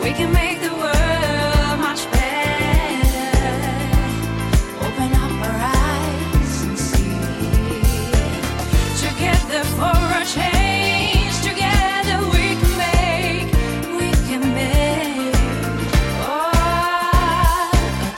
We can make the world much better. Open up our eyes and see. Together for a change. Together we can make a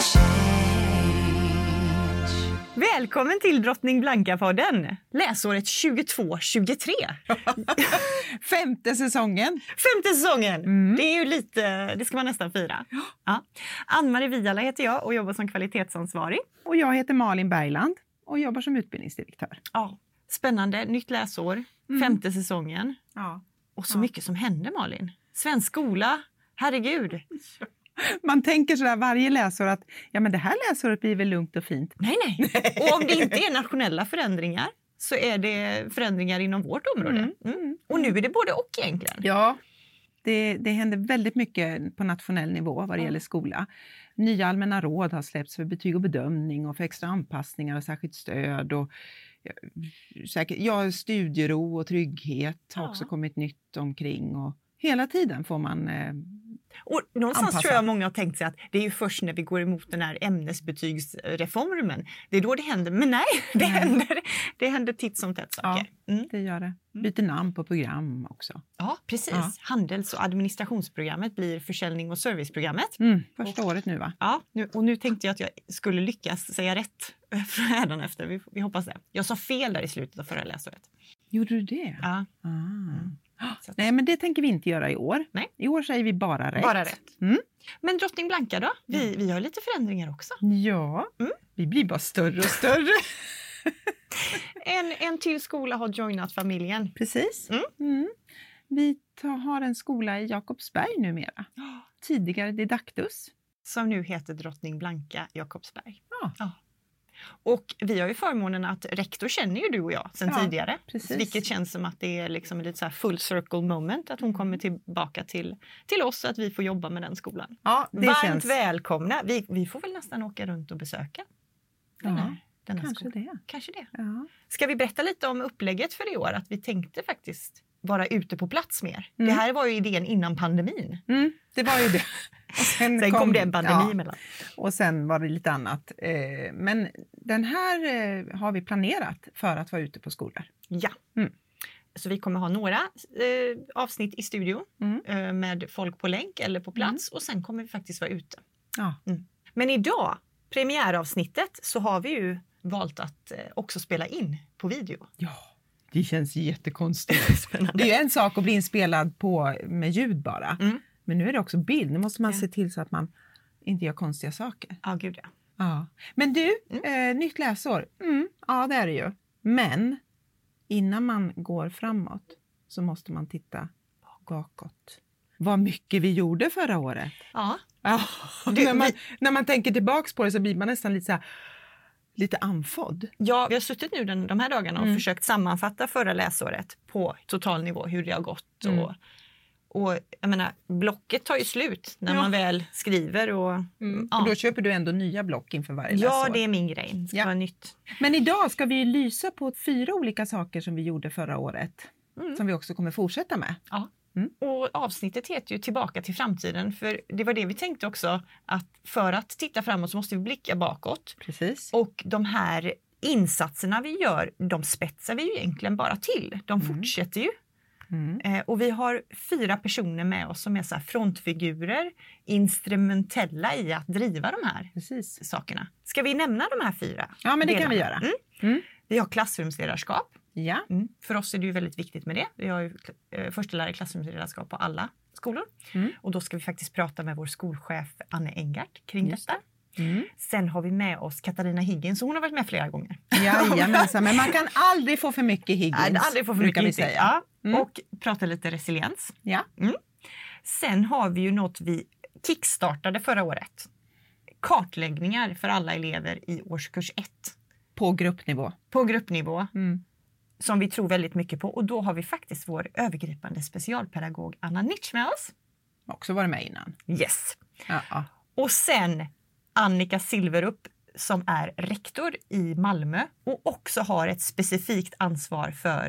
change. Välkommen till Drottning Blanka-podden. Läsåret 22-23. Femte säsongen. Femte säsongen. Det är ju lite, det ska man nästan fira. Ja. Ann-Marie Viala heter jag och jobbar som kvalitetsansvarig. Och jag heter Malin Bergland och jobbar som utbildningsdirektör. Ja. Spännande, nytt läsår, femte säsongen. Ja. Och så mycket som händer, Malin. Svensk skola, herregud. Man tänker sådär varje läsår att ja, men det här läsåret blir väl lugnt och fint. Nej. Och om det inte är nationella förändringar så är det förändringar inom vårt område. Och nu är det både och egentligen. Ja, det händer väldigt mycket på nationell nivå vad det gäller skola. Nya allmänna råd har släppts för betyg och bedömning och för extra anpassningar och särskilt stöd. Och, studiero och trygghet har också kommit nytt omkring. Och hela tiden får man och någonstans anpassa. Tror jag många har tänkt sig att det är ju först när vi går emot den här ämnesbetygsreformen. Det är då det händer. Men nej, det händer titt som tätt saker. Ja, det gör det. Byter namn på program också. Ja, precis. Ja. Handels- och administrationsprogrammet blir försäljning- och serviceprogrammet. Första året nu, va? Ja, nu tänkte jag att jag skulle lyckas säga rätt hädanefter. Vi hoppas det. Jag sa fel där i slutet av förra läsåret. Gjorde du det? Ja. Nej, men det tänker vi inte göra i år. Nej. I år säger vi bara rätt. Bara rätt. Men Drottning Blanka då? Vi har lite förändringar också. Ja, vi blir bara större och större. En till skola har joinat familjen. Precis. Vi har en skola i Jakobsberg numera. Tidigare Didaktus. Som nu heter Drottning Blanka Jakobsberg. Ja. Och vi har ju förmånen att rektor känner ju du och jag sedan tidigare. Precis. Vilket känns som att det är liksom lite så här full circle moment. Att hon kommer tillbaka till oss, att vi får jobba med den skolan. Ja, det varmt känns. välkomna. Vi får väl nästan åka runt och besöka denna kanske skola. det. Kanske det. Ja. Ska vi berätta lite om upplägget för i år? Att vi tänkte faktiskt vara ute på plats mer. Det här var ju idén innan pandemin. Det var ju det. Och sen kom det en pandemi emellan. Och sen var det lite annat. Men den här har vi planerat för att vara ute på skolor. Ja. Så vi kommer ha några avsnitt i studio med folk på länk eller på plats. Och sen kommer vi faktiskt vara ute. Ja. Men idag, premiäravsnittet, så har vi ju valt att också spela in på video. Ja, det känns jättekonstigt. Det är ju en sak att bli inspelad med ljud bara. Men nu är det också bild. Nu måste man se till så att man inte gör konstiga saker. Ja, gud ja. Ja. Men du, nytt läsår. Ja, det är det ju. Men innan man går framåt så måste man titta bakåt. Vad mycket vi gjorde förra året. Ja. När man tänker tillbaks på det så blir man nästan lite andfådd. Ja, vi har suttit nu de här dagarna och försökt sammanfatta förra läsåret på total nivå, hur det har gått. Och jag menar, blocket tar ju slut när man väl skriver. Och då köper du ändå nya block inför varje läsår. Ja, det är min grej. Det ska vara nytt. Men idag ska vi lysa på 4 olika saker som vi gjorde förra året. Som vi också kommer fortsätta med. Ja. Och avsnittet heter ju Tillbaka till framtiden. För det var det vi tänkte också. Att för att titta framåt så måste vi blicka bakåt. Precis. Och de här insatserna vi gör, de spetsar vi ju egentligen bara till. De fortsätter ju. Och vi har 4 personer med oss som är så här frontfigurer, instrumentella i att driva de här sakerna. Ska vi nämna de här 4? Ja, men det kan vi göra. Vi har klassrumsledarskap. Ja. För oss är det ju väldigt viktigt med det. Vi har ju förstelärare klassrumsledarskap på alla skolor. Och då ska vi faktiskt prata med vår skolchef Anne Engart kring detta. Sen har vi med oss Katarina Higgins, och hon har varit med flera gånger. Jajamensan, men man kan aldrig få för mycket Higgins. Nej, aldrig få för mycket vi säga. Och prata lite resiliens. Ja. Sen har vi ju något vi kickstartade förra året. Kartläggningar för alla elever i årskurs 1. På gruppnivå. På gruppnivå. Som vi tror väldigt mycket på. Och då har vi faktiskt vår övergripande specialpedagog Anna Nitsch med oss. Också varit med innan. Yes. Ja. Och sen Annika Silverup som är rektor i Malmö och också har ett specifikt ansvar för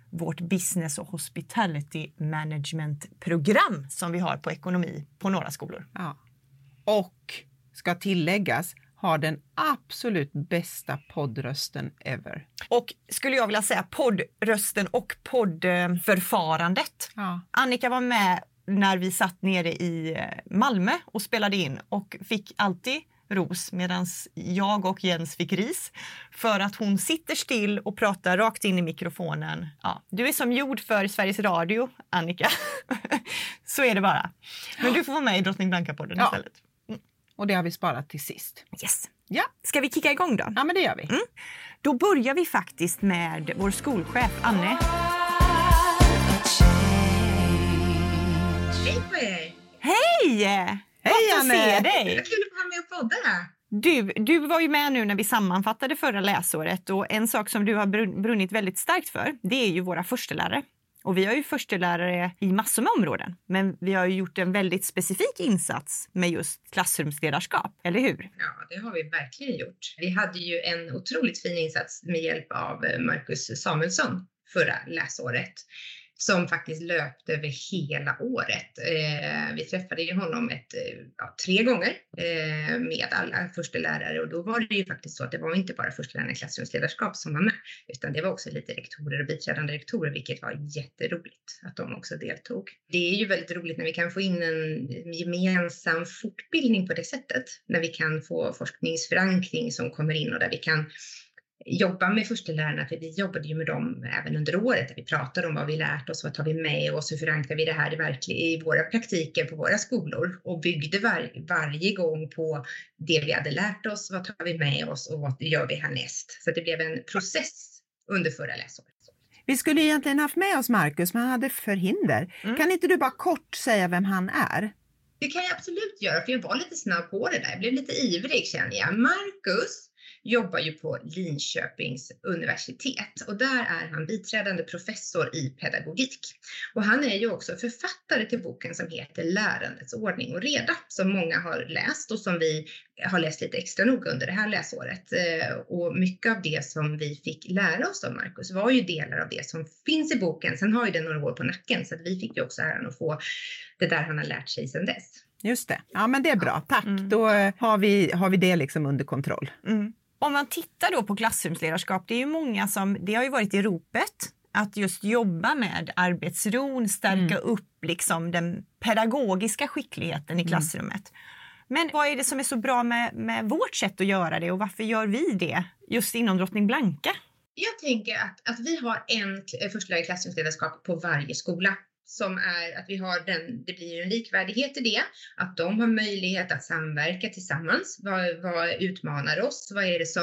vårt business och hospitality management-program som vi har på ekonomi på några skolor. Ja. Och ska tilläggas, har den absolut bästa poddrösten ever. Och skulle jag vilja säga poddrösten och poddförfarandet. Ja. Annika var med när vi satt nere i Malmö och spelade in och fick alltid ros medan jag och Jens fick ris för att hon sitter still och pratar rakt in i mikrofonen. Ja, du är som gjord för Sveriges Radio, Annika. Så är det bara. Men du får vara med i Drottning Blanka-podden istället. Och det har vi sparat till sist. Yes. Ja. Ska vi kicka igång då? Ja, men det gör vi. Då börjar vi faktiskt med vår skolchef Anne. Hej på er! Hej! Hej, Gott att Anne! se dig! Vad kul att få vara med och podda här. Du var ju med nu när vi sammanfattade förra läsåret och en sak som du har brunnit väldigt starkt för, det är ju våra förstelärare. Och vi har ju förstelärare i massor med områden, men vi har ju gjort en väldigt specifik insats med just klassrumsledarskap, eller hur? Ja, det har vi verkligen gjort. Vi hade ju en otroligt fin insats med hjälp av Marcus Samuelsson förra läsåret, som faktiskt löpte över hela året. Vi träffade ju honom 3 gånger med alla förstelärare, och då var det ju faktiskt så att det var inte bara förstelärarna i klassrumsledarskap som var med, utan det var också lite rektorer och biträdande rektorer, vilket var jätteroligt att de också deltog. Det är ju väldigt roligt när vi kan få in en gemensam fortbildning på det sättet, när vi kan få forskningsförankring som kommer in och där vi kan jobba med förstelärarna, för vi jobbade ju med dem även under året där vi pratade om vad vi lärt oss, vad tar vi med oss, hur förankrar vi det här i våra praktiker på våra skolor, och byggde varje gång på det vi hade lärt oss, vad tar vi med oss och vad gör vi härnäst. Så det blev en process under förra läsåret. Vi skulle egentligen haft med oss Marcus, men han hade förhinder. Kan inte du bara kort säga vem han är? Det kan jag absolut göra, för jag var lite snabb på det där. Jag blev lite ivrig, känner jag. Marcus jobbar ju på Linköpings universitet, och där är han biträdande professor i pedagogik. Och han är ju också författare till boken som heter Lärandets ordning och reda, som många har läst och som vi har läst lite extra noga under det här läsåret. Och mycket av det som vi fick lära oss av Marcus var ju delar av det som finns i boken. Sen har ju den några år på nacken, så att vi fick ju också äran att få det där han har lärt sig sedan dess. Just det. Ja, men det är bra. Tack. Då har vi det liksom under kontroll. Om man tittar då på klassrumsledarskap, det är ju många det har ju varit i ropet att just jobba med arbetsron, stärka upp liksom den pedagogiska skickligheten i klassrummet. Men vad är det som är så bra med vårt sätt att göra det, och varför gör vi det just inom Drottning Blanka? Jag tänker att vi har en förstelärare i klassrumsledarskap på varje skola. Som är att vi har det blir en likvärdighet i det, att de har möjlighet att samverka tillsammans. Vad utmanar oss?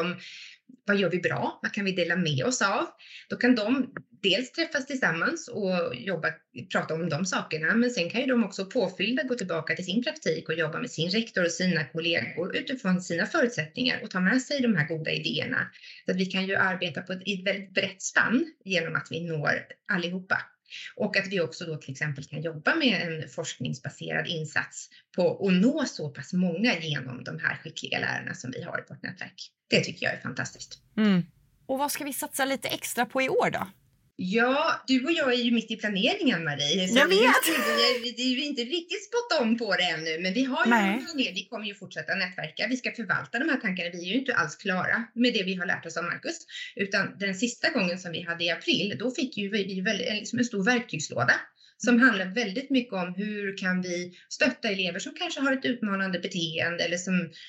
Vad gör vi bra? Vad kan vi dela med oss av? Då kan de dels träffas tillsammans och prata om de sakerna, men sen kan ju de också påfyllda gå tillbaka till sin praktik och jobba med sin rektor och sina kollegor utifrån sina förutsättningar och ta med sig de här goda idéerna. Så att vi kan ju arbeta på ett väldigt brett spann genom att vi når allihopa. Och att vi också då till exempel kan jobba med en forskningsbaserad insats på att nå så pass många genom de här skickliga lärarna som vi har i vårt nätverk. Det tycker jag är fantastiskt. Och vad ska vi satsa lite extra på i år då? Ja, du och jag är ju mitt i planeringen, Marie. Så jag vet! Vi är ju inte riktigt spot on på det ännu, men vi har ju en planering. Vi kommer ju fortsätta nätverka. Vi ska förvalta de här tankarna. Vi är ju inte alls klara med det vi har lärt oss av Marcus. Utan den sista gången som vi hade i april, då fick ju vi liksom en stor verktygslåda. Som handlar väldigt mycket om hur kan vi stötta elever som kanske har ett utmanande beteende eller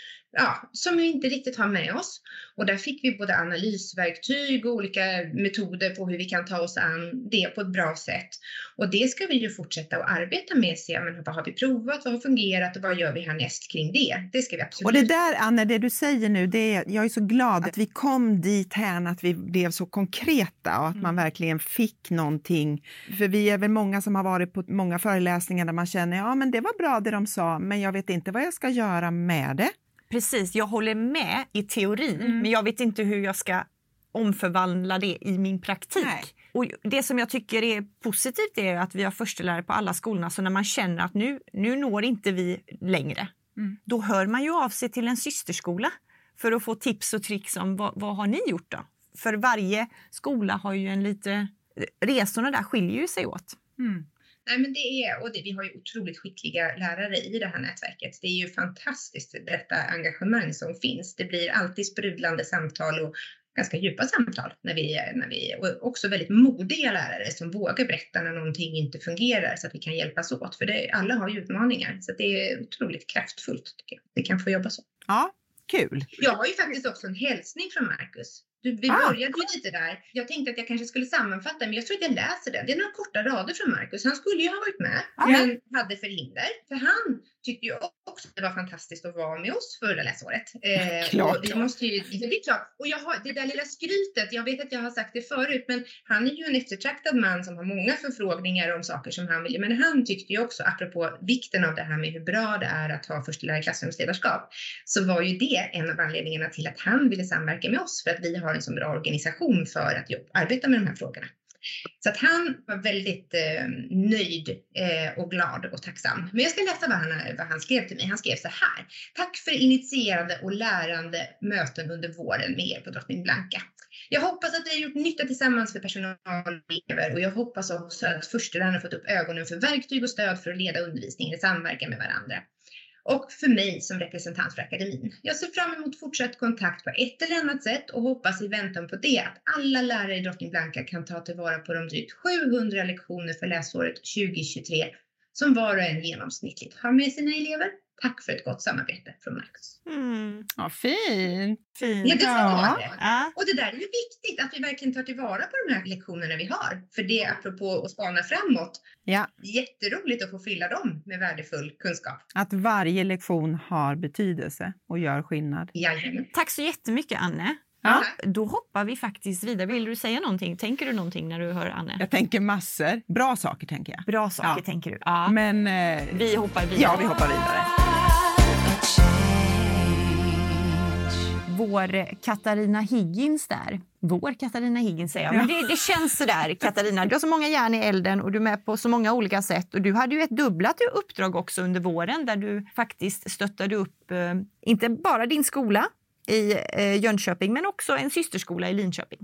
som vi inte riktigt har med oss. Och där fick vi både analysverktyg och olika metoder på hur vi kan ta oss an det på ett bra sätt. Och det ska vi ju fortsätta att arbeta med, se vad har vi provat, vad har fungerat och vad gör vi härnäst kring det. Det ska vi absolut. Och det där, Anne, det du säger nu, jag är så glad att vi kom dit här, att vi blev så konkreta och att man verkligen fick någonting. För vi är väl många som har varit på många föreläsningar där man känner, men det var bra det de sa, men jag vet inte vad jag ska göra med det. Precis, jag håller med i teorin, men jag vet inte hur jag ska omförvandla det i min praktik. Nej. Och det som jag tycker är positivt är att vi har förstelärare på alla skolorna, så när man känner att nu når inte vi längre, då hör man ju av sig till en systerskola för att få tips och tricks om vad har ni gjort då? För varje skola har ju en lite resorna där skiljer ju sig åt. Nej, men vi har ju otroligt skickliga lärare i det här nätverket. Det är ju fantastiskt detta engagemang som finns. Det blir alltid sprudlande samtal och ganska djupa samtal och också väldigt modiga lärare som vågar berätta när någonting inte fungerar så att vi kan hjälpas åt. För alla har ju utmaningar, så det är otroligt kraftfullt tycker jag. Det kan få jobba så. Ja, kul. Jag har ju faktiskt också en hälsning från Marcus. Vi började ju lite där. Jag tänkte att jag kanske skulle sammanfatta, men jag tror att jag läser den. Det är några korta rader från Marcus. Han skulle ju ha varit med, men hade förhinder. För han tyckte ju också att det var fantastiskt att vara med oss förra läsåret. Klart. Och vi måste ju, det är klart. Och jag har det där lilla skrytet, jag vet att jag har sagt det förut, men han är ju en eftertraktad man som har många förfrågningar om saker som han vill. Men han tyckte ju också, apropå vikten av det här med hur bra det är att ha förstelärare i klassrumsledarskap, så var ju det en av anledningarna till att han ville samverka med oss, för att vi har en så bra organisation för att arbeta med de här frågorna. Så att han var väldigt nöjd och glad och tacksam. Men jag ska läsa vad han skrev till mig. Han skrev så här: tack för initierande och lärande möten under våren med er på Drottning Blanka. Jag hoppas att vi har gjort nytta tillsammans för personal och elever, och jag hoppas också att förstelärarna har fått upp ögonen för verktyg och stöd för att leda undervisningen i samverkan med varandra. Och för mig som representant för akademin. Jag ser fram emot fortsatt kontakt på ett eller annat sätt och hoppas i väntan på det att alla lärare i Drottning Blanka kan ta tillvara på de drygt 700 lektioner för läsåret 2023 som var och en genomsnittligt har med sina elever. Tack för ett gott samarbete från Marcus. Ja, fint. Ja, det var det. Ja. Och det där är ju viktigt, att vi verkligen tar tillvara på de här lektionerna vi har. För det, apropå att spana framåt, jätteroligt att få fylla dem med värdefull kunskap. Att varje lektion har betydelse och gör skillnad. Jajamän. Tack så jättemycket, Anne. Ja, då hoppar vi faktiskt vidare. Vill du säga någonting? Tänker du någonting när du hör Anne? Jag tänker massor. Bra saker tänker jag. Bra saker tänker du. Ja. Men vi hoppar vidare. Ja, vi hoppar vidare. Vår Katarina Higgins där. Vår Katarina Higgins säger jag. Men det känns så där, Katarina. Du har så många järn i elden och du är med på så många olika sätt. Och du hade ju ett dubblat uppdrag också under våren där du faktiskt stöttade upp inte bara din skola i Jönköping men också en systerskola i Linköping.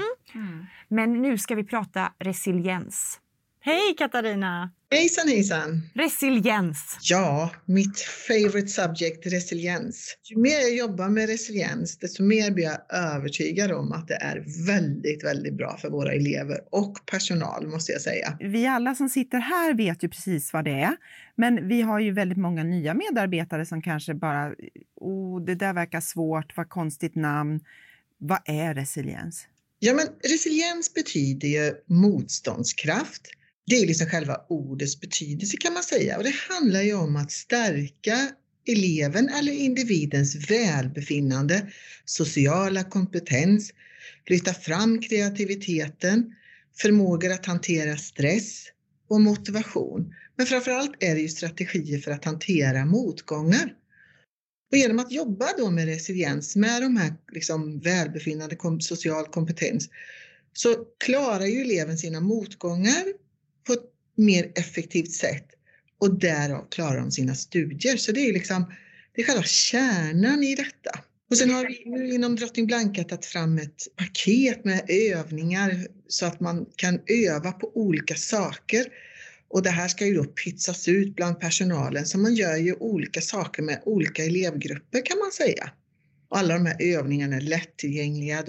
Men nu ska vi prata resiliens. Hej Katarina! Hejsan hejsan! Resiliens. Ja, mitt favorite subject, resiliens. Ju mer jag jobbar med resiliens, desto mer blir jag övertygad om att det är väldigt, väldigt bra för våra elever och personal, måste jag säga. Vi alla som sitter här vet ju precis vad det är. Men vi har ju väldigt många nya medarbetare som kanske bara, det där verkar svårt, vad konstigt namn. Vad är resiliens? Ja, men resiliens betyder ju motståndskraft. Det är liksom själva ordets betydelse kan man säga. Och det handlar ju om att stärka eleven eller individens välbefinnande, sociala kompetens, lyfta fram kreativiteten, förmågor att hantera stress och motivation. Men framförallt är det ju strategier för att hantera motgångar. Och genom att jobba då med resiliens, med de här liksom välbefinnande, social kompetens, så klarar ju eleven sina motgångar på ett mer effektivt sätt och därav klarar de sina studier. Så det är liksom, det är själva kärnan i detta. Och sen har vi nu inom Drottning Blanka tagit fram ett paket med övningar så att man kan öva på olika saker. Och det här ska ju då pytsas ut bland personalen, så man gör ju olika saker med olika elevgrupper kan man säga. Och alla de här övningarna är lättillgängliga,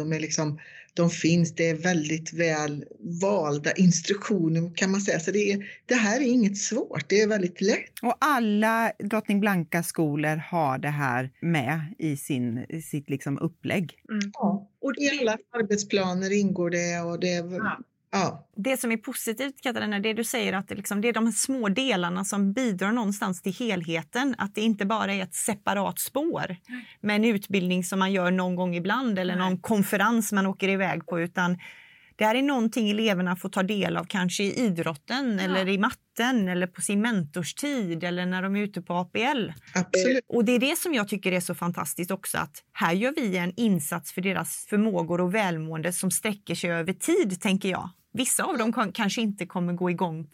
de finns, det är väldigt väl valda instruktioner kan man säga. Så det här är inget svårt, det är väldigt lätt. Och alla Drottning Blanka skolor har det här med i sitt liksom upplägg. Ja, och i alla arbetsplaner ingår det och det Ja. Det som är positivt, Katarina, det du säger att det är de små delarna som bidrar någonstans till helheten. Att det inte bara är ett separat spår med en utbildning som man gör någon gång ibland eller någon konferens man åker iväg på, utan det här är någonting eleverna får ta del av kanske i idrotten eller i matten eller på sin mentorstid eller när de är ute på APL. Absolut. Och det är det som jag tycker är så fantastiskt också, att här gör vi en insats för deras förmågor och välmående som sträcker sig över tid, tänker jag. Vissa av dem kanske inte kommer gå igång på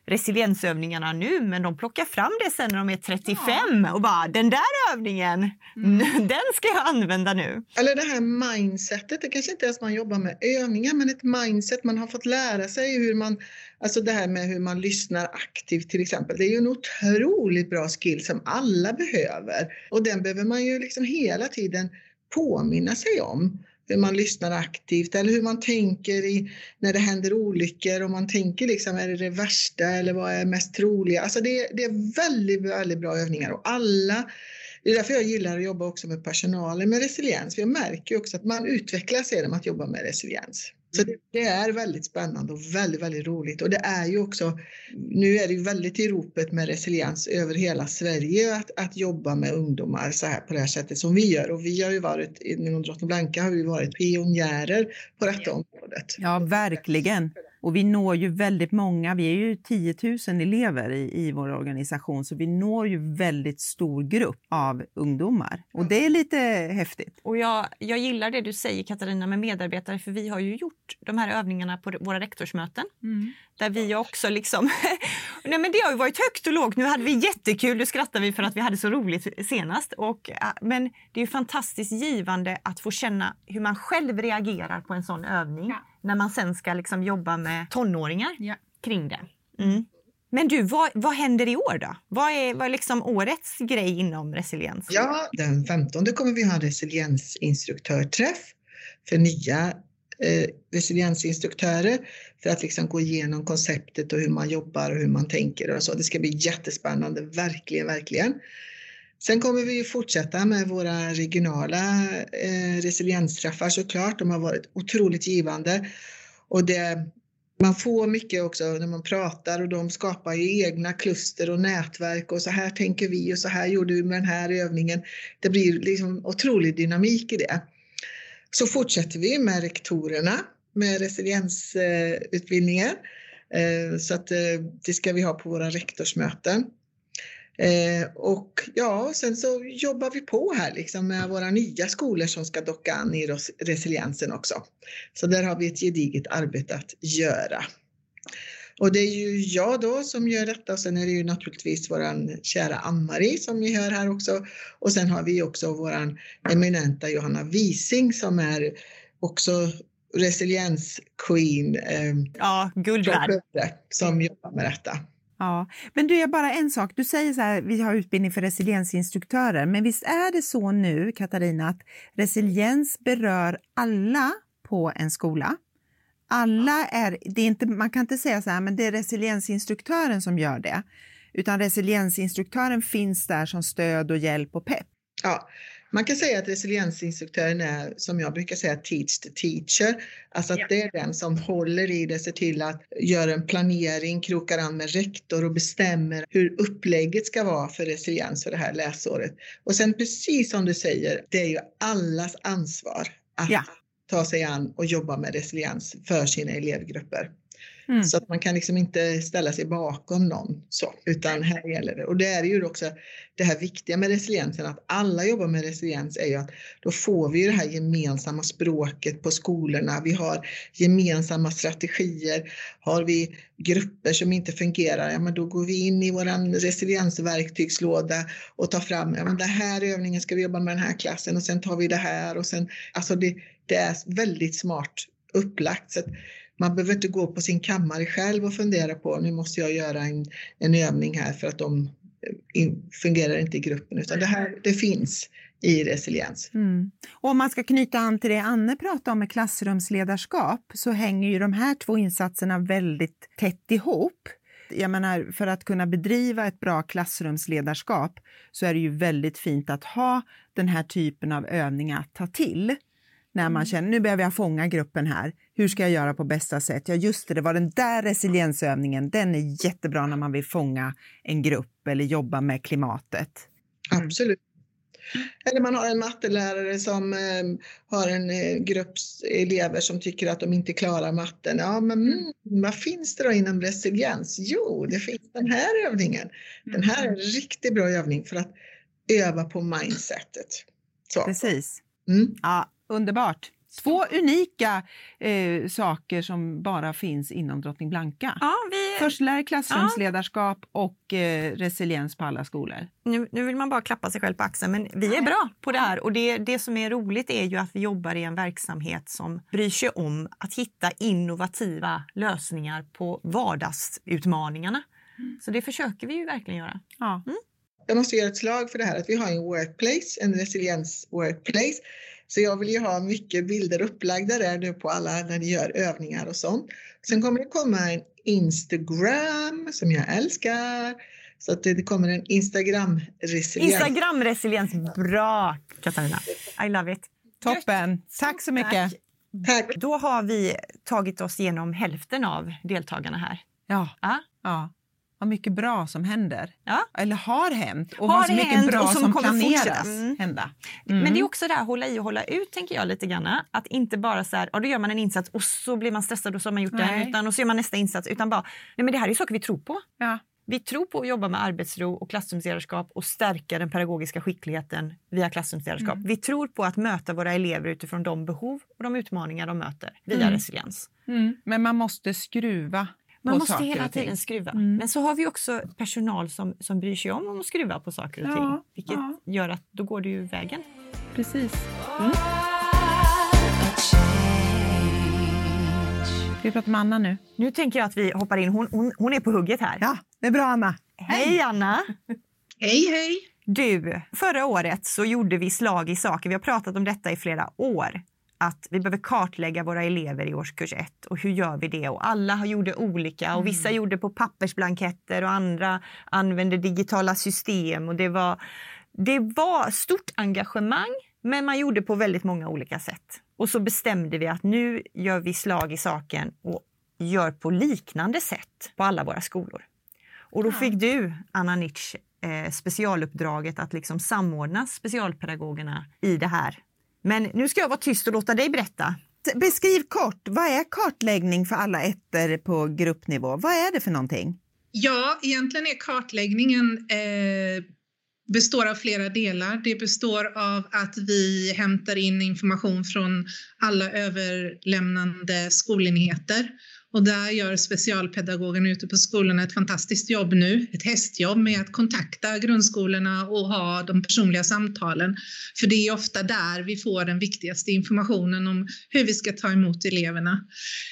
resiliensövningarna nu, men de plockar fram det sen när de är 35 och bara, den där övningen, den ska jag använda nu. Eller det här mindsetet, det kanske inte ens man jobbar med övningar, men ett mindset, man har fått lära sig hur man, alltså det här med hur man lyssnar aktivt till exempel, det är ju en otroligt bra skill som alla behöver, och den behöver man ju liksom hela tiden påminna sig om. Hur man lyssnar aktivt eller hur man tänker när det händer olyckor. Om man tänker liksom, är det värsta eller vad är mest troliga? Alltså det är väldigt, väldigt bra övningar. Och det är därför jag gillar att jobba också med personalen med resiliens. För jag märker också att man utvecklas genom att jobba med resiliens. Så det är väldigt spännande och väldigt, väldigt roligt. Och det är ju också, nu är det ju väldigt i ropet med resiliens över hela Sverige att jobba med ungdomar så här på det här sättet som vi gör. Och vi har ju varit, inom Drottning Blanka har vi varit pionjärer på detta området. Ja, verkligen. Och vi når ju väldigt många, vi är ju 10 000 elever i vår organisation, så vi når ju väldigt stor grupp av ungdomar. Och det är lite häftigt. Och jag gillar det du säger, Katarina, med medarbetare, för vi har ju gjort de här övningarna på våra rektorsmöten. Där vi också liksom, nej men det har ju varit högt och lågt, nu hade vi jättekul, nu skrattar vi för att vi hade så roligt senast. Men det är ju fantastiskt givande att få känna hur man själv reagerar på en sån övning. Ja. När man sen ska liksom jobba med tonåringar kring det. Men du, vad händer i år då? Vad är liksom årets grej inom resiliens? Ja, den 15 kommer vi ha en resiliensinstruktörträff för nya resiliensinstruktörer för att liksom gå igenom konceptet och hur man jobbar och hur man tänker och så. Det ska bli jättespännande, verkligen, verkligen. Sen kommer vi fortsätta med våra regionala resiliensträffar såklart. De har varit otroligt givande. Och man får mycket också när man pratar, och de skapar ju egna kluster och nätverk. Och så här tänker vi och så här gjorde vi med den här övningen. Det blir liksom otrolig dynamik i det. Så fortsätter vi med rektorerna med resiliensutbildningen. Så att det ska vi ha på våra rektorsmöten. Och ja, sen så jobbar vi på här liksom med våra nya skolor som ska docka an i resiliensen också. Så där har vi ett gediget arbete att göra. Och det är ju jag då som gör detta, och sen är det ju naturligtvis våran kära Ann-Marie som ni hör här också. Och sen har vi också våran eminenta Johanna Wising som är också resiliens-queen. Ja, guld värd. Som jobbar med detta. Ja, men du, är bara en sak. Du säger så här, vi har utbildning för resiliensinstruktörer. Men visst är det så nu, Katarina, att resiliens berör alla på en skola? Alla det är inte, man kan inte säga så här, men det är resiliensinstruktören som gör det. Utan resiliensinstruktören finns där som stöd och hjälp och pepp. Ja, man kan säga att resiliensinstruktören är, som jag brukar säga, teach the teacher. Alltså att det är den som håller i det, ser till att göra en planering, krokar an med rektor och bestämmer hur upplägget ska vara för resiliens för det här läsåret. Och sen precis som du säger, det är ju allas ansvar att ta sig an och jobba med resiliens för sina elevgrupper. Så att man kan liksom inte ställa sig bakom någon så, utan här gäller det. Och det är ju också det här viktiga med resiliensen, att alla jobbar med resiliens, är ju att då får vi det här gemensamma språket på skolorna. Vi har gemensamma strategier. Har vi grupper som inte fungerar, ja men då går vi in i våran resiliensverktygslåda och tar fram, ja men den här övningen ska vi jobba med den här klassen, och sen tar vi det här, och sen, alltså det är väldigt smart upplagt, så att man behöver inte gå på sin kammare själv och fundera på, nu måste jag göra en övning här för att de fungerar inte i gruppen, utan det finns i resiliens. Och om man ska knyta an till det Anne pratade om med klassrumsledarskap, så hänger ju de här två insatserna väldigt tätt ihop. Jag menar, för att kunna bedriva ett bra klassrumsledarskap så är det ju väldigt fint att ha den här typen av övningar att ta till. När man känner, nu behöver jag fånga gruppen här. Hur ska jag göra på bästa sätt? Ja just det var den där resiliensövningen. Den är jättebra när man vill fånga en grupp eller jobba med klimatet. Absolut. Eller man har en mattelärare som har en grupp elever som tycker att de inte klarar matten. Ja, men vad finns det då inom resiliens? Jo, det finns den här övningen. Den här är en riktigt bra övning för att öva på mindsetet. Så. Precis. Ja, underbart. 2 unika saker som bara finns inom Drottning Blanka. Ja, Förskollärare, klassrumsledarskap och resiliens på alla skolor. Nu vill man bara klappa sig själv på axeln, men vi är bra på det här. Och det som är roligt är ju att vi jobbar i en verksamhet som bryr sig om att hitta innovativa lösningar på vardagsutmaningarna. Så det försöker vi ju verkligen göra. Ja. Jag måste göra ett slag för det här att vi har en workplace, en resiliens workplace. Så jag vill ju ha mycket bilder upplagda där nu på alla när ni gör övningar och sånt. Sen kommer det komma en Instagram som jag älskar. Så att det kommer en Instagram-resiliens. Instagram-resiliens, bra Katarina. I love it. Toppen, tack så mycket. Tack. Då har vi tagit oss igenom hälften av deltagarna här. Ja. Vad mycket bra som händer. Ja. Eller har hänt. Och Har vad så mycket hänt bra och som som kommer planeras fortsätta. hända. Men det är också det här, hålla i och hålla ut tänker jag lite grann. Att inte bara så här, då gör man en insats och så blir man stressad och så har man gjort det. Utan, och så gör man nästa insats. Utan bara, nej men det här är saker vi tror på. Ja. Vi tror på att jobba med arbetsro och klassrumsledarskap och stärka den pedagogiska skickligheten via klassrumsledarskap. Vi tror på att möta våra elever utifrån de behov och de utmaningar de möter via resiliens. Men man måste skruva. Man måste saker hela och ting. tiden skruva. Men så har vi också personal som bryr sig om att skruva på saker och ting. Vilket gör att då går det ju vägen. Precis. Ska vi prata med Anna nu? Nu tänker jag att vi hoppar in. Hon är på hugget här. Ja, det är bra Anna. Hej Anna! Hej! Du, förra året så gjorde vi slag i saker. Vi har pratat om detta i flera år. Att vi behöver kartlägga våra elever i årskurs 1. Och hur gör vi det? Och alla gjorde olika. Och vissa gjorde på pappersblanketter och andra använde digitala system. Och det var stort engagemang, men man gjorde på väldigt många olika sätt. Och så bestämde vi att nu gör vi slag i saken och gör på liknande sätt på alla våra skolor. Och då fick du, Anna Nitsch, specialuppdraget att liksom samordna specialpedagogerna i det här. Men nu ska jag vara tyst och låta dig berätta. Beskriv kort, vad är kartläggning för alla ettor på gruppnivå? Vad är det för någonting? Ja, egentligen är kartläggningen består av flera delar. Det består av att vi hämtar in information från alla överlämnande skolenheter. Och där gör specialpedagogerna ute på skolorna ett fantastiskt jobb nu. Ett hästjobb med att kontakta grundskolorna och ha de personliga samtalen. För det är ofta där vi får den viktigaste informationen om hur vi ska ta emot eleverna.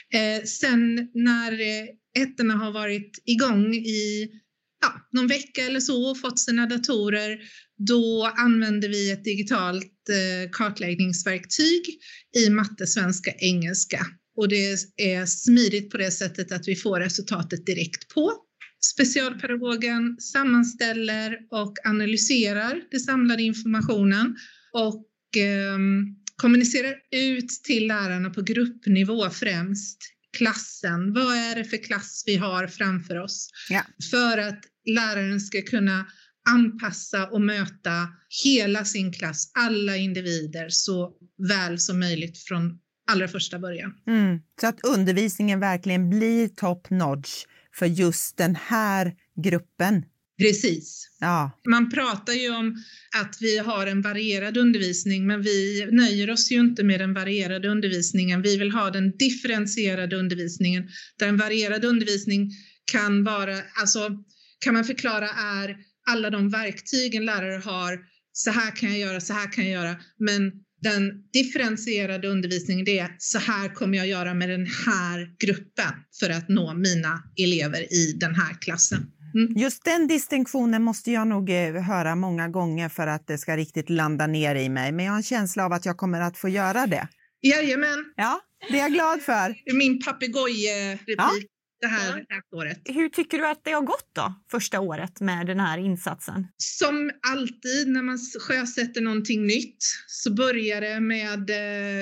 Sen när ettorna har varit igång i någon vecka eller så och fått sina datorer, då använder vi ett digitalt kartläggningsverktyg i matte, svenska, engelska. Och det är smidigt på det sättet att vi får resultatet direkt på. Specialpedagogen sammanställer och analyserar den samlade informationen och kommunicerar ut till lärarna på gruppnivå främst. Klassen, vad är det för klass vi har framför oss? Ja. För att läraren ska kunna anpassa och möta hela sin klass, alla individer så väl som möjligt från allra första början. Så att undervisningen verkligen blir top notch för just den här gruppen. Precis. Ja. Man pratar ju om att vi har en varierad undervisning, men vi nöjer oss ju inte med den varierade undervisningen. Vi vill ha den differentierade undervisningen. Där en varierad undervisning kan vara, kan man förklara är alla de verktygen lärare har, så här kan jag göra, så här kan jag göra. Men den differentierade undervisningen, det är så här kommer jag göra med den här gruppen för att nå mina elever i den här klassen. Just den distinktionen måste jag nog höra många gånger för att det ska riktigt landa ner i mig. Men jag har en känsla av att jag kommer att få göra det. Jajamän. Ja, det är jag glad för. Min papegoj-replik det här året. Hur tycker du att det har gått då, första året med den här insatsen? Som alltid när man sjösätter någonting nytt så börjar det med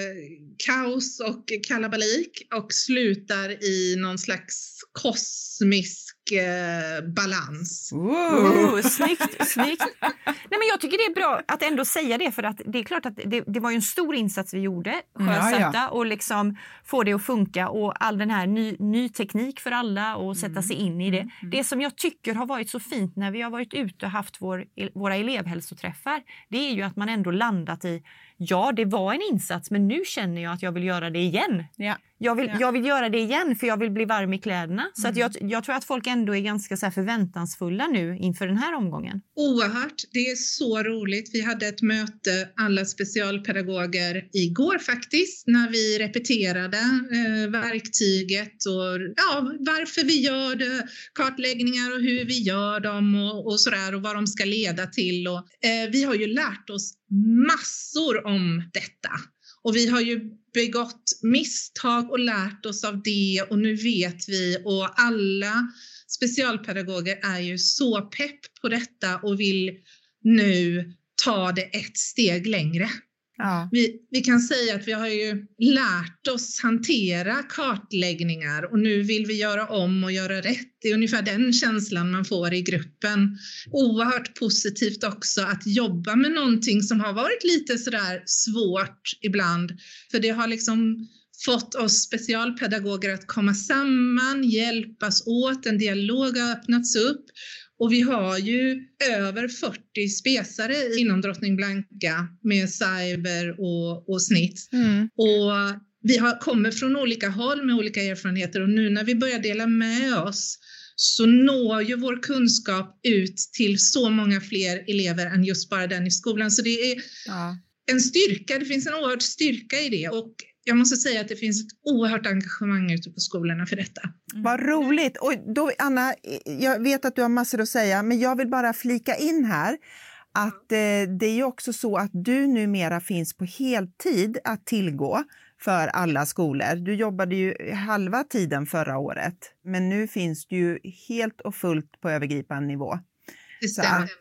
kaos och kalabalik och slutar i någon slags kosmisk balans. Snyggt. Nej, men men jag tycker det är bra att ändå säga det, för att det är klart att det var ju en stor insats vi gjorde, sjösätta och liksom få det att funka, och all den här ny teknik för alla och sätta sig in i det. Det som jag tycker har varit så fint när vi har varit ute och haft våra elevhälsoträffar, det är ju att man ändå landat i, ja, det var en insats, men nu känner jag att jag vill göra det igen. Ja. Jag vill göra det igen, för jag vill bli varm i kläderna. Så att jag tror att folk ändå är ganska så här förväntansfulla nu inför den här omgången. Oerhört. Det är så roligt. Vi hade ett möte, alla specialpedagoger, igår faktiskt, när vi repeterade verktyget och varför vi gör det, kartläggningar och hur vi gör dem och sådär, och vad de ska leda till. Och, vi har ju lärt oss massor om detta. Och vi har ju begått misstag och lärt oss av det, och nu vet vi, och alla specialpedagoger är ju så pepp på detta och vill nu ta det ett steg längre. Ja. Vi kan säga att vi har ju lärt oss hantera kartläggningar, och nu vill vi göra om och göra rätt. Det är ungefär den känslan man får i gruppen. Oerhört positivt också att jobba med någonting som har varit lite sådär svårt ibland. För det har liksom fått oss specialpedagoger att komma samman, hjälpas åt, en dialog har öppnats upp. Och vi har ju över 40 spesare inom Drottning Blanka med cyber och snitt. Och vi kommer från olika håll med olika erfarenheter, och nu när vi börjar dela med oss så når ju vår kunskap ut till så många fler elever än just bara den i skolan. Så det är en styrka, det finns en oerhörd styrka i det, och jag måste säga att det finns ett oerhört engagemang ute på skolorna för detta. Vad roligt. Och då, Anna, jag vet att du har massor att säga, men jag vill bara flika in här att det är ju också så att du numera finns på heltid att tillgå för alla skolor. Du jobbade ju halva tiden förra året, men nu finns du ju helt och fullt på övergripande nivå. Så att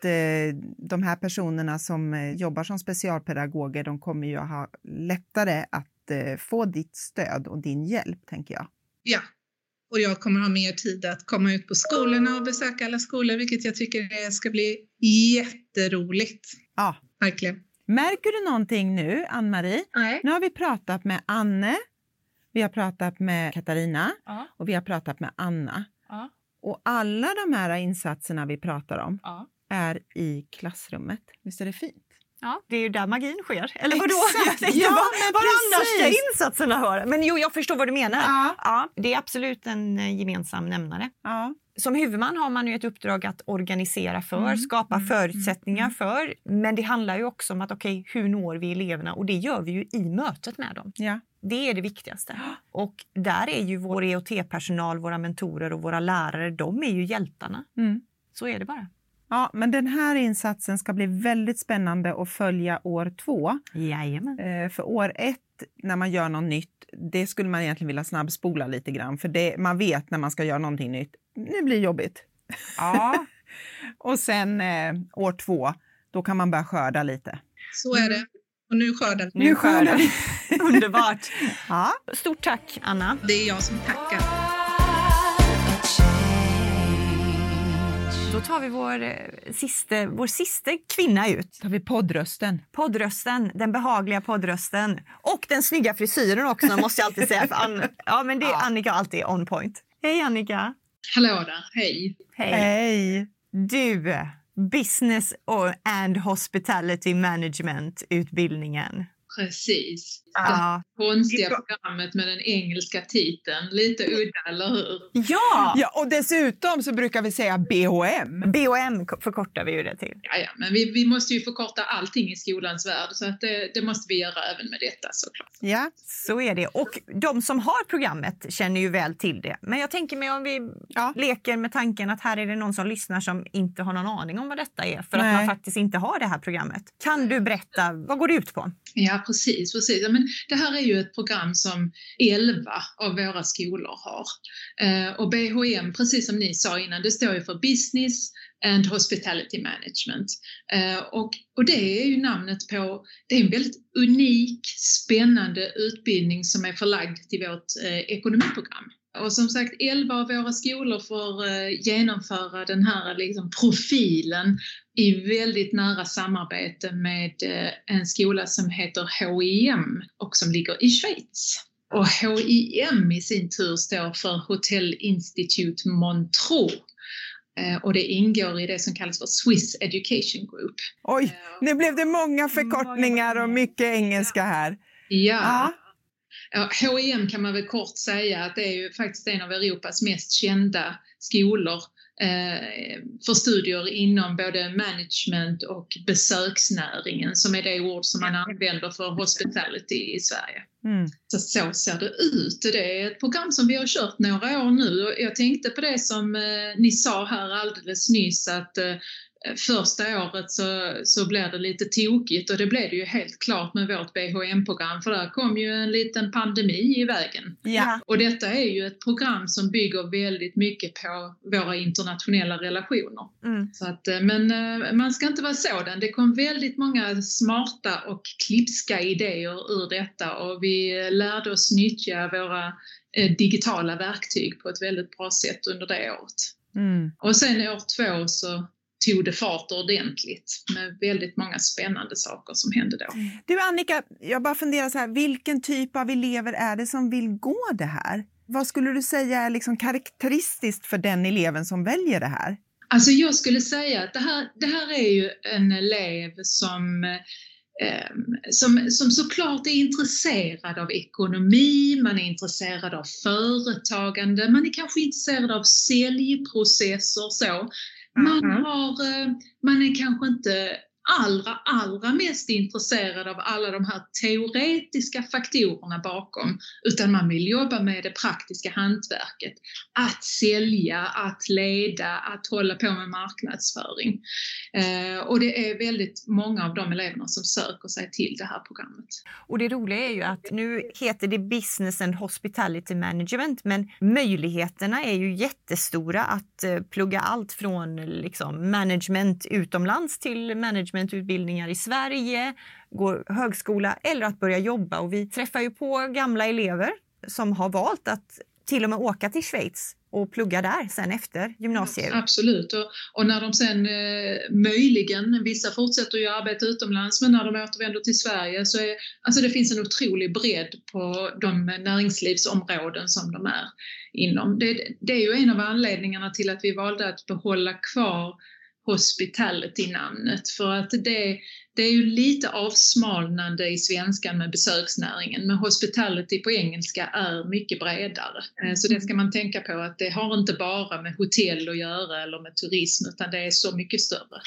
de här personerna som jobbar som specialpedagoger, de kommer ju att ha lättare att få ditt stöd och din hjälp, tänker jag. Ja, och jag kommer ha mer tid att komma ut på skolorna och besöka alla skolor, vilket jag tycker ska bli jätteroligt. Ja. Verkligen. Märker du någonting nu, Ann-Marie? Nej. Nu har vi pratat med Anne, vi har pratat med Katarina och vi har pratat med Anna. Ja. Och alla de här insatserna vi pratar om är i klassrummet. Visst är det fint? Ja, det är ju där magin sker. Eller vadå? Exakt. Ja, var annars ska insatserna höra? Men jo, jag förstår vad du menar. Ja, det är absolut en gemensam nämnare. Ja. Som huvudman har man ju ett uppdrag att organisera skapa förutsättningar för. Men det handlar ju också om att hur når vi eleverna? Och det gör vi ju i mötet med dem. Ja. Det är det viktigaste. Och där är ju vår EOT-personal, våra mentorer och våra lärare, de är ju hjältarna. Så är det bara. Ja, men den här insatsen ska bli väldigt spännande att följa år 2. Jajamän. För år 1, när man gör något nytt, det skulle man egentligen vilja snabbspola lite grann. För man vet när man ska göra någonting nytt, nu blir det jobbigt. Ja. Och sen år 2, då kan man börja skörda lite. Så är det. Och nu skördar vi. Nu skördar vi. Underbart. Ja. Stort tack, Anna. Det är jag som tackar. Då tar vi vår sista kvinna ut. Tar vi poddrösten. Poddrösten, den behagliga poddrösten. Och den snygga frisyren också, måste jag alltid säga. För Annika alltid on point. Hej Annika. Hallå där, hej. Hej. Du, Business and Hospitality Management utbildningen. Precis. Det konstiga programmet med den engelska titeln. Lite udda, eller hur? Ja, och dessutom så brukar vi säga BHM. BHM förkortar vi ju det till. Ja, men vi måste ju förkorta allting i skolans värld. Så att det måste vi göra även med detta, såklart. Ja, så är det. Och de som har programmet känner ju väl till det. Men jag tänker mig om vi leker med tanken att här är det någon som lyssnar som inte har någon aning om vad detta är. För att man faktiskt inte har det här programmet. Kan du berätta, vad går det ut på? Ja, precis. Ja, men det här är ju ett program som 11 av våra skolor har. Och BHM, precis som ni sa innan, det står ju för Business and Hospitality Management. Och det är ju namnet på, det är en väldigt unik, spännande utbildning som är förlagd till vårt ekonomiprogram. Och som sagt, 11 av våra skolor får genomföra den här liksom profilen i väldigt nära samarbete med en skola som heter HIM och som ligger i Schweiz. Och HIM i sin tur står för Hotel Institute Montreux. Och det ingår i det som kallas för Swiss Education Group. Oj, nu blev det många förkortningar och mycket engelska här. Ja. HIM kan man väl kort säga att det är ju faktiskt en av Europas mest kända skolor för studier inom både management och besöksnäringen, som är det ord som man använder för hospitality i Sverige. Så ser det ut. Det är ett program som vi har kört några år nu, och jag tänkte på det som ni sa här alldeles nyss, att första året så blev det lite tokigt, och det blev det ju helt klart med vårt BHM-program, för där kom ju en liten pandemi i vägen. Ja. Och detta är ju ett program som bygger väldigt mycket på våra internationella relationer. Så att, men man ska inte vara sådan. Det kom väldigt många smarta och klipska idéer ur detta, och vi lärde oss nyttja våra digitala verktyg på ett väldigt bra sätt under det året. Och sen år 2 så tog det fart ordentligt med väldigt många spännande saker som hände då. Du Annika, jag bara funderar så här, vilken typ av elever är det som vill gå det här? Vad skulle du säga är liksom karaktäristiskt för den eleven som väljer det här? Alltså jag skulle säga att det här är ju en elev som såklart är intresserad av ekonomi, man är intresserad av företagande, man är kanske intresserad av säljprocesser så. Man är kanske inte allra mest intresserad av alla de här teoretiska faktorerna bakom, utan man vill jobba med det praktiska hantverket. Att sälja, att leda, att hålla på med marknadsföring. Och det är väldigt många av de eleverna som söker sig till det här programmet. Och det roliga är ju att nu heter det Business and Hospitality Management, men möjligheterna är ju jättestora att plugga allt från liksom management utomlands till managementutbildningar i Sverige, gå högskola eller att börja jobba. Och vi träffar ju på gamla elever som har valt att till och med åka till Schweiz och plugga där sen efter gymnasiet. Absolut, och när de sen möjligen, vissa fortsätter ju arbeta utomlands, men när de återvänder till Sverige så är, alltså det finns en otrolig bredd på de näringslivsområden som de är inom. Det är ju en av anledningarna till att vi valde att behålla kvar hospitality-namnet, för att det är ju lite avsmalnande i svenskan med besöksnäringen, men hospitality på engelska är mycket bredare. Så det ska man tänka på, att det har inte bara med hotell att göra eller med turism, utan det är så mycket större.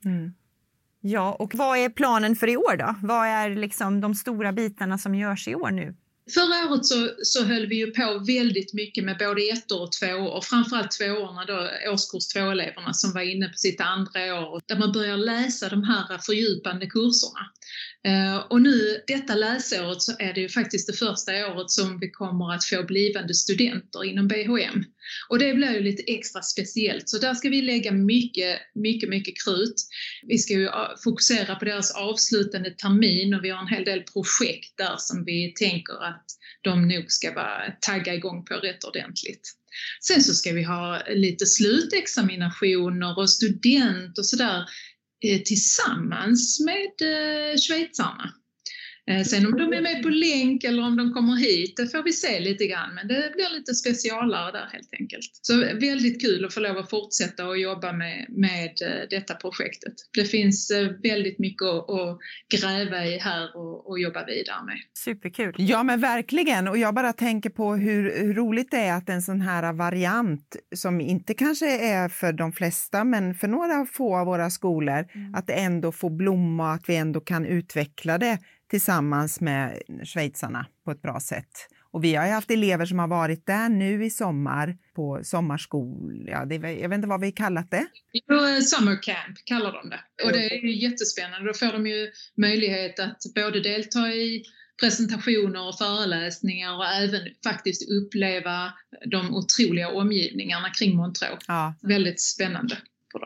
Ja, och vad är planen för i år då? Vad är liksom de stora bitarna som görs i år nu? Förra året så höll vi ju på väldigt mycket med både 1 och 2 och framförallt 2-årna då, årskurs 2-eleverna som var inne på sitt andra år, där man börjar läsa de här fördjupande kurserna. Och nu detta läsåret så är det ju faktiskt det första året som vi kommer att få blivande studenter inom BHM. Och det blir ju lite extra speciellt, så där ska vi lägga mycket krut. Vi ska ju fokusera på deras avslutande termin, och vi har en hel del projekt där som vi tänker att de nog ska tagga igång på rätt ordentligt. Sen så ska vi ha lite slutexaminationer och student och sådär tillsammans med schweizarna. Sen om de är med på länk eller om de kommer hit, det får vi se lite grann, men det blir lite specialare där helt enkelt. Så väldigt kul att få lov att fortsätta och jobba med detta projektet. Det finns väldigt mycket att gräva i här och jobba vidare med. Superkul. Ja men verkligen, och jag bara tänker på hur roligt det är att en sån här variant som inte kanske är för de flesta men för några få av våra skolor, att det ändå får blomma, att vi ändå kan utveckla det tillsammans med schweizarna på ett bra sätt. Och vi har ju haft elever som har varit där nu i sommar på sommarskol. Ja, jag vet inte vad vi kallat det. Summer camp kallar de det. Och det är ju jättespännande. Då får de ju möjlighet att både delta i presentationer och föreläsningar och även faktiskt uppleva de otroliga omgivningarna kring Montreux. Ja. Väldigt spännande för dem.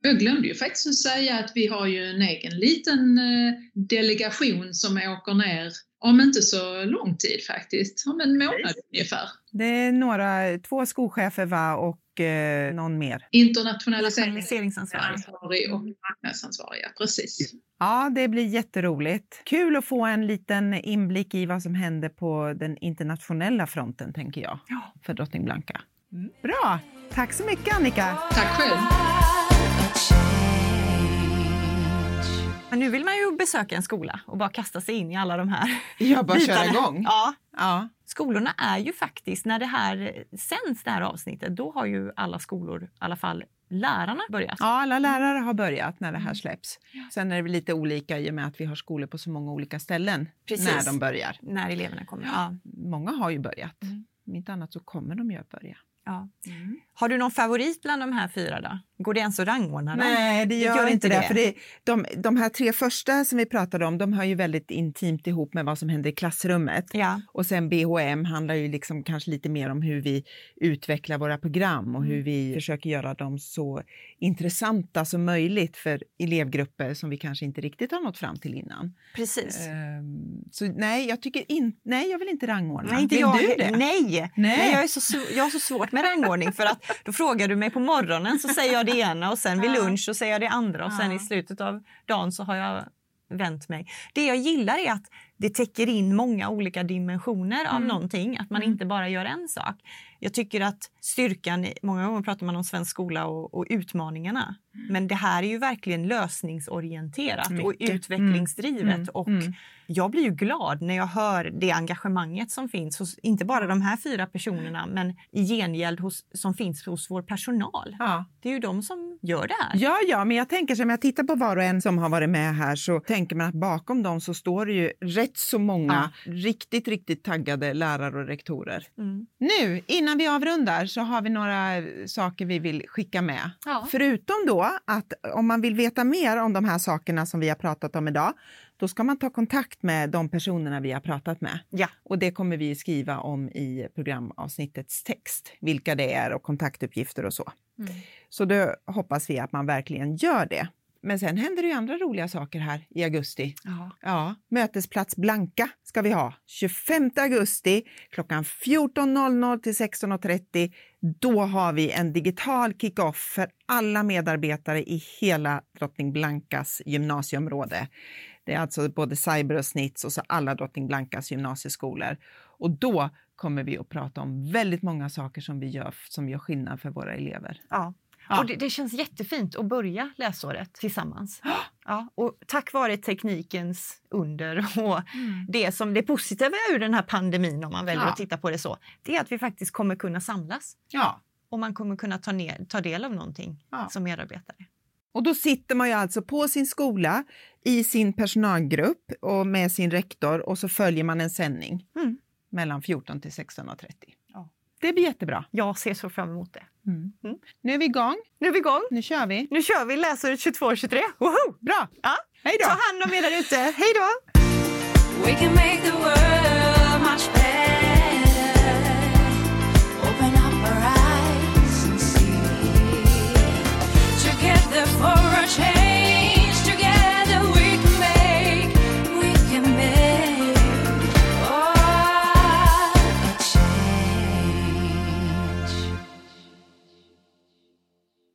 Jag glömde ju faktiskt att säga att vi har ju en egen liten delegation som åker ner om inte så lång tid faktiskt, om en månad ungefär. Det är 2 skolchefer va, och någon mer. Internationaliseringsansvarig och marknadsansvariga, precis. Ja, det blir jätteroligt. Kul att få en liten inblick i vad som händer på den internationella fronten, tänker jag, för Drottning Blanka. Bra, tack så mycket Annika. Tack själv. Men nu vill man ju besöka en skola och bara kasta sig in i alla de här Jag bara bitarna. köra igång. Ja. Skolorna är ju faktiskt, när det här sänds, det här avsnittet, då har ju alla skolor, i alla fall lärarna, börjat. Ja, alla lärare har börjat när det här släpps. Sen är det väl lite olika i och med att vi har skolor på så många olika ställen. Precis. När de börjar. När eleverna kommer. Ja. Många har ju börjat. Om inte annat så kommer de ju att börja. Ja. Har du någon favorit bland de här 4 då? Går det ens att rangordna dem? Nej, det gör inte det. För de här 3 första som vi pratade om, de hör ju väldigt intimt ihop med vad som händer i klassrummet. Ja. Och sen BHM handlar ju liksom kanske lite mer om hur vi utvecklar våra program och hur vi försöker göra dem så intressanta som möjligt för elevgrupper som vi kanske inte riktigt har nått fram till innan. Precis. Så nej, jag vill inte rangordna. Nej, inte vill jag. du det? Nej. Jag har så svårt med rangordning, för att då frågar du mig på morgonen så säger jag det ena och sen vid lunch så säger jag det andra och sen i slutet av dagen så har jag vänt mig. Det jag gillar är att det täcker in många olika dimensioner av någonting, att man inte bara gör en sak. Jag tycker att styrkan, många gånger pratar man om svensk skola och utmaningarna, men det här är ju verkligen lösningsorienterat och utvecklingsdrivet och jag blir ju glad när jag hör det engagemanget som finns hos inte bara de här 4 personerna, men i gengäld som finns hos vår personal. Ja. Det är ju de som gör det här. Ja, men jag tänker som jag tittar på var och en som har varit med här, så tänker man att bakom dem så står det ju rätt så många riktigt, riktigt taggade lärare och rektorer. Nu, innan vi avrundar, så har vi några saker vi vill skicka med. Ja. Förutom då att om man vill veta mer om de här sakerna som vi har pratat om idag, då ska man ta kontakt med de personerna vi har pratat med. Ja. Och det kommer vi skriva om i programavsnittets text. Vilka det är och kontaktuppgifter och så. Så då hoppas vi att man verkligen gör det. Men sen händer det ju andra roliga saker här i augusti. Ja, mötesplats Blanka ska vi ha. 25 augusti klockan 14.00 till 16.30. Då har vi en digital kick-off för alla medarbetare i hela Drottning Blankas gymnasieområde. Det är alltså både Cyber och Snitts och så alla Drottning Blankas gymnasieskolor. Och då kommer vi att prata om väldigt många saker som vi gör som gör skillnad för våra elever. Ja. Och det känns jättefint att börja läsåret tillsammans. Ja, och tack vare teknikens under och det positiva ur den här pandemin, om man väljer att titta på det så, det är att vi faktiskt kommer kunna samlas. Ja. Och man kommer kunna ta del av någonting som medarbetare. Och då sitter man ju alltså på sin skola i sin personalgrupp och med sin rektor, och så följer man en sändning mellan 14 till 16.30. Ja. Det blir jättebra. Jag ser så fram emot det. Nu är vi igång. Nu kör vi. Nu kör vi läsåret 22-23. Woho! Bra. Ja. Hej då. Ta hand om er där ute. Hej då! We can make the world much better.